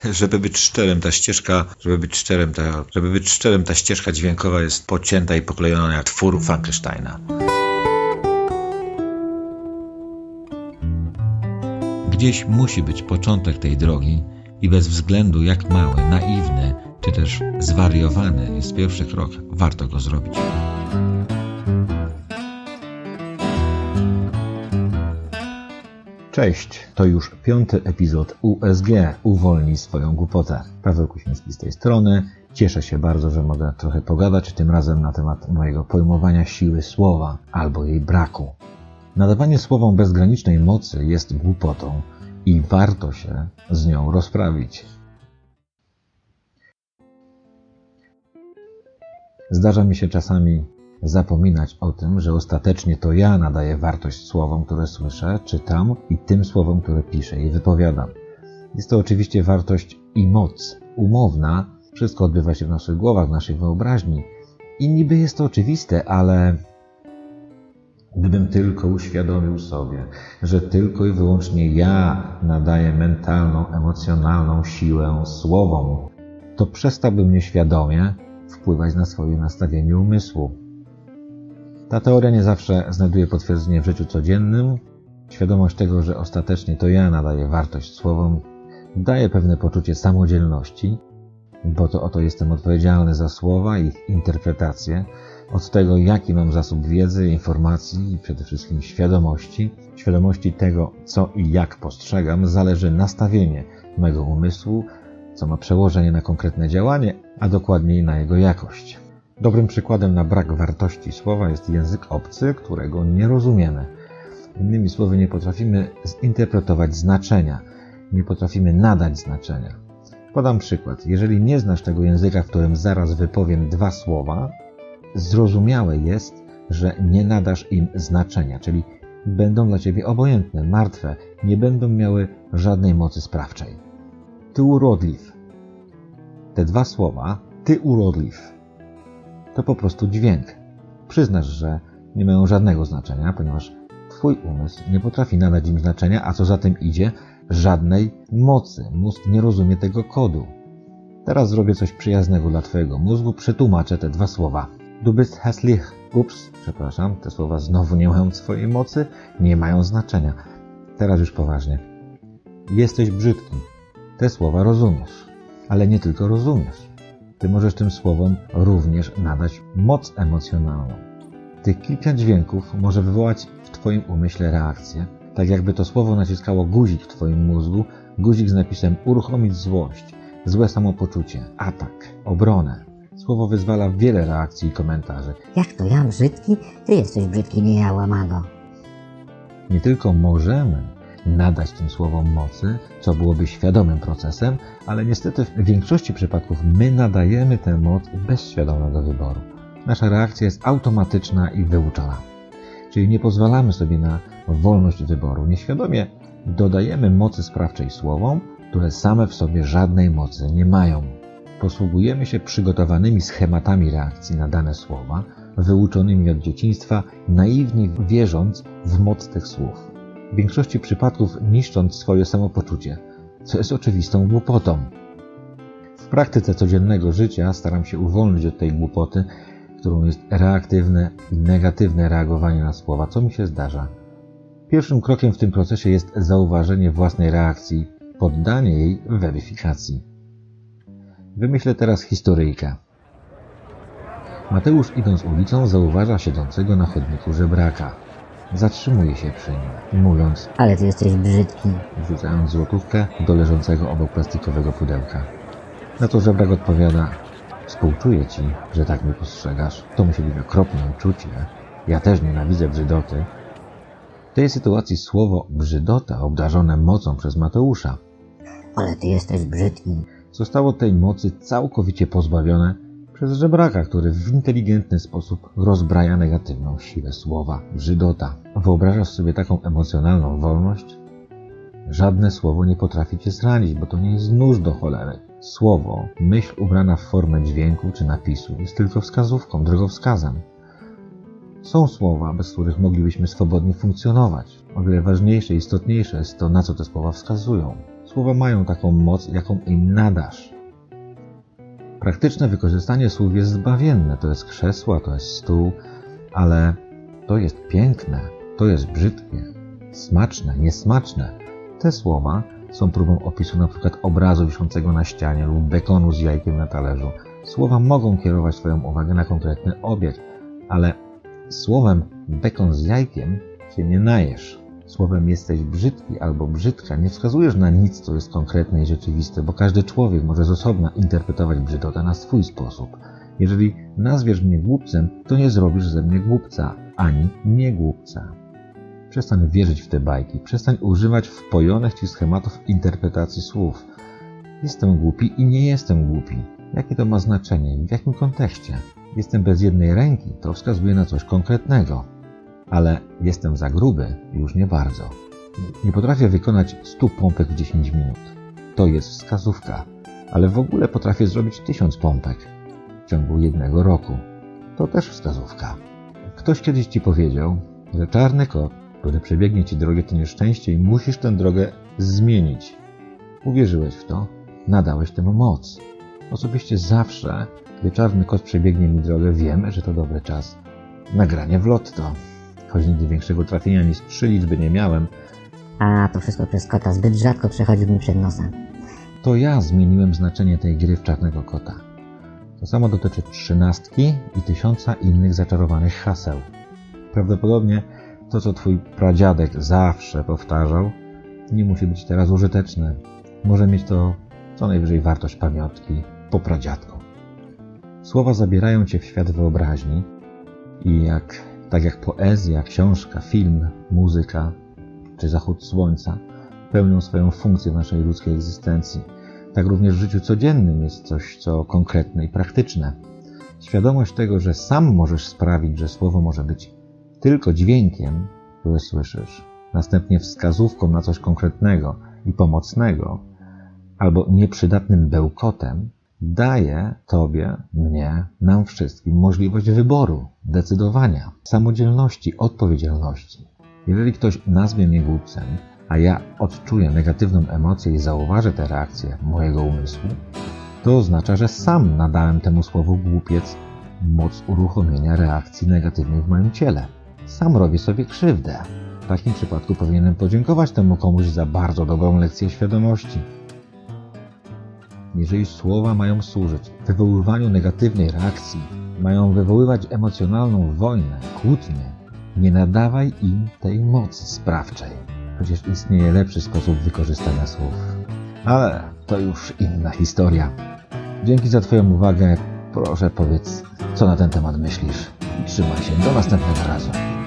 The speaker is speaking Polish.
Żeby być szczerym, ta ścieżka dźwiękowa jest pocięta i poklejona jak twór Frankensteina. Gdzieś musi być początek tej drogi i bez względu jak mały, naiwny, czy też zwariowany jest pierwszy krok, warto go zrobić. Cześć, to już 5. epizod USG Uwolnij swoją głupotę. Paweł Kusiński z tej strony. Cieszę się bardzo, że mogę trochę pogadać, tym razem na temat mojego pojmowania siły słowa albo jej braku. Nadawanie słowom bezgranicznej mocy jest głupotą i warto się z nią rozprawić. Zdarza mi się czasami zapominać o tym, że ostatecznie to ja nadaję wartość słowom, które słyszę, czytam i tym słowom, które piszę i wypowiadam. Jest to oczywiście wartość i moc umowna. Wszystko odbywa się w naszych głowach, w naszej wyobraźni. I niby jest to oczywiste, ale gdybym tylko uświadomił sobie, że tylko i wyłącznie ja nadaję mentalną, emocjonalną siłę słowom, to przestałbym nieświadomie wpływać na swoje nastawienie umysłu. Ta teoria nie zawsze znajduje potwierdzenie w życiu codziennym. Świadomość tego, że ostatecznie to ja nadaję wartość słowom, daje pewne poczucie samodzielności, bo to oto jestem odpowiedzialny za słowa i ich interpretację, od tego, jaki mam zasób wiedzy, informacji i przede wszystkim świadomości tego, co i jak postrzegam, zależy nastawienie mego umysłu, co ma przełożenie na konkretne działanie, a dokładniej na jego jakość. Dobrym przykładem na brak wartości słowa jest język obcy, którego nie rozumiemy. Innymi słowy, nie potrafimy zinterpretować znaczenia, nie potrafimy nadać znaczenia. Podam przykład. Jeżeli nie znasz tego języka, w którym zaraz wypowiem 2 słowa, zrozumiałe jest, że nie nadasz im znaczenia, czyli będą dla ciebie obojętne, martwe, nie będą miały żadnej mocy sprawczej. Ty urodliw. Te 2 słowa, ty urodliw, to po prostu dźwięk. Przyznasz, że nie mają żadnego znaczenia, ponieważ twój umysł nie potrafi nadać im znaczenia, a co za tym idzie, żadnej mocy. Mózg nie rozumie tego kodu. Teraz zrobię coś przyjaznego dla twojego mózgu, przetłumaczę te 2 słowa. Du bist hässlich. Te słowa znowu nie mają swojej mocy, nie mają znaczenia. Teraz już poważnie. Jesteś brzydki. Te słowa rozumiesz, ale nie tylko rozumiesz. Ty możesz tym słowom również nadać moc emocjonalną. Tych kilka dźwięków może wywołać w twoim umyśle reakcję, tak jakby to słowo naciskało guzik w twoim mózgu, guzik z napisem uruchomić złość, złe samopoczucie, atak, obronę. Słowo wyzwala wiele reakcji i komentarzy. Jak to ja brzydki? Ty jesteś brzydki, nie ja, łamago. Nie tylko możemy nadać tym słowom mocy, co byłoby świadomym procesem, ale niestety w większości przypadków my nadajemy tę moc bez świadomego wyboru. Nasza reakcja jest automatyczna i wyuczona. Czyli nie pozwalamy sobie na wolność wyboru. Nieświadomie dodajemy mocy sprawczej słowom, które same w sobie żadnej mocy nie mają. Posługujemy się przygotowanymi schematami reakcji na dane słowa, wyuczonymi od dzieciństwa, naiwnie wierząc w moc tych słów. W większości przypadków niszcząc swoje samopoczucie, co jest oczywistą głupotą. W praktyce codziennego życia staram się uwolnić od tej głupoty, którą jest reaktywne i negatywne reagowanie na słowa, co mi się zdarza. Pierwszym krokiem w tym procesie jest zauważenie własnej reakcji, poddanie jej weryfikacji. Wymyślę teraz historyjkę. Mateusz, idąc ulicą, zauważa siedzącego na chodniku żebraka. Zatrzymuje się przy nim, mówiąc: ale ty jesteś brzydki, wrzucając złotówkę do leżącego obok plastikowego pudełka. Na to żebrak odpowiada: współczuję ci, że tak mnie postrzegasz. To musi być okropne uczucie. Ja też nienawidzę brzydoty. W tej sytuacji słowo brzydota obdarzone mocą przez Mateusza, ale ty jesteś brzydki, zostało tej mocy całkowicie pozbawione przez żebraka, który w inteligentny sposób rozbraja negatywną siłę słowa brzydota. Wyobrażasz sobie taką emocjonalną wolność? Żadne słowo nie potrafi cię zranić, bo to nie jest nóż do cholery. Słowo, myśl ubrana w formę dźwięku czy napisu jest tylko wskazówką, drogowskazem. Są słowa, bez których moglibyśmy swobodnie funkcjonować. O wiele ważniejsze i istotniejsze jest to, na co te słowa wskazują. Słowa mają taką moc, jaką im nadasz. Praktyczne wykorzystanie słów jest zbawienne. To jest krzesło, to jest stół, ale to jest piękne, to jest brzydkie, smaczne, niesmaczne. Te słowa są próbą opisu na przykład obrazu wiszącego na ścianie lub bekonu z jajkiem na talerzu. Słowa mogą kierować Twoją uwagę na konkretny obiekt, ale słowem bekon z jajkiem się nie najesz. Słowem jesteś brzydki albo brzydka nie wskazujesz na nic, co jest konkretne i rzeczywiste, bo każdy człowiek może z osobna interpretować brzydotę na swój sposób. Jeżeli nazwiesz mnie głupcem, to nie zrobisz ze mnie głupca, ani nie głupca. Przestań wierzyć w te bajki, przestań używać wpojonych Ci schematów interpretacji słów. Jestem głupi i nie jestem głupi. Jakie to ma znaczenie i w jakim kontekście? Jestem bez jednej ręki, to wskazuje na coś konkretnego. Ale jestem za gruby, już nie bardzo. Nie potrafię wykonać 100 pompek w 10 minut. To jest wskazówka. Ale w ogóle potrafię zrobić 1000 pompek w ciągu 1 roku. To też wskazówka. Ktoś kiedyś Ci powiedział, że czarny kot, który przebiegnie Ci drogę, to nieszczęście i musisz tę drogę zmienić. Uwierzyłeś w to, nadałeś temu moc. Osobiście zawsze, gdy czarny kot przebiegnie mi drogę, wiem, że to dobry czas na granie w lotto. Choć nigdy większego trafienia ani 3 liczby nie miałem, A to wszystko przez kota zbyt rzadko przechodził mi przed nosem. to ja zmieniłem znaczenie tej gry w czarnego kota. To samo dotyczy 13 i 1000 innych zaczarowanych haseł. Prawdopodobnie to, co Twój pradziadek zawsze powtarzał, nie musi być teraz użyteczne. Może mieć to co najwyżej wartość pamiątki po pradziadku. Słowa zabierają Cię w świat wyobraźni i tak jak poezja, książka, film, muzyka czy zachód słońca pełnią swoją funkcję w naszej ludzkiej egzystencji, tak również w życiu codziennym jest coś, co konkretne i praktyczne. Świadomość tego, że sam możesz sprawić, że słowo może być tylko dźwiękiem, który słyszysz, następnie wskazówką na coś konkretnego i pomocnego, albo nieprzydatnym bełkotem, daje Tobie, mnie, nam wszystkim możliwość wyboru, decydowania, samodzielności, odpowiedzialności. Jeżeli ktoś nazwie mnie głupcem, a ja odczuję negatywną emocję i zauważę tę reakcję mojego umysłu, to oznacza, że sam nadałem temu słowu głupiec moc uruchomienia reakcji negatywnej w moim ciele. Sam robię sobie krzywdę. W takim przypadku powinienem podziękować temu komuś za bardzo dobrą lekcję świadomości. Jeżeli słowa mają służyć wywoływaniu negatywnej reakcji, mają wywoływać emocjonalną wojnę, kłótnię, nie nadawaj im tej mocy sprawczej. Przecież istnieje lepszy sposób wykorzystania słów. Ale to już inna historia. Dzięki za Twoją uwagę. Proszę powiedz, co na ten temat myślisz. Trzymaj się. Do następnego razu.